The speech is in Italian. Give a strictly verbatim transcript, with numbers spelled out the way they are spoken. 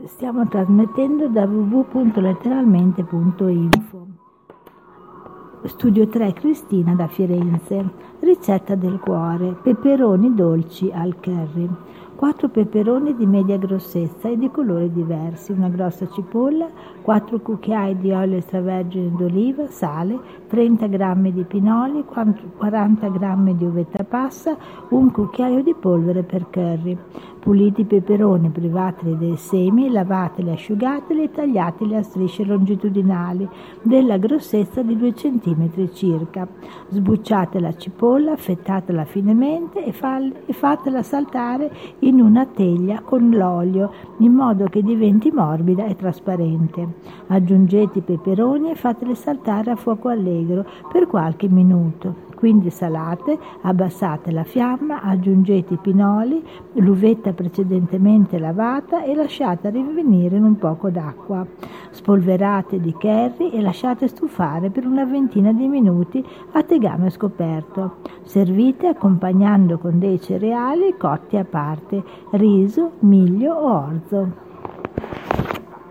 Stiamo trasmettendo da w w w punto letteralmente punto info. Studio tre Cristina da Firenze. Ricetta del cuore: peperoni dolci al curry. quattro peperoni di media grossezza e di colori diversi, una grossa cipolla, quattro cucchiai di olio extravergine d'oliva, sale, trenta grammi di pinoli, quaranta grammi di uvetta passa, un cucchiaio di polvere per curry. Puliti i peperoni, privateli dei semi, lavateli, asciugateli e tagliateli a strisce longitudinali della grossezza di due centimetri circa. Sbucciate la cipolla, affettatela finemente e, fal- e fatela saltare in una teglia con l'olio in modo che diventi morbida e trasparente. Aggiungete i peperoni e fateli saltare a fuoco allegro per qualche minuto. Quindi salate, abbassate la fiamma, aggiungete i pinoli, l'uvetta precedentemente lavata e lasciate rinvenire in un poco d'acqua. Spolverate di curry e lasciate stufare per una ventina di minuti a tegame scoperto. Servite accompagnando con dei cereali cotti a parte, riso, miglio o orzo.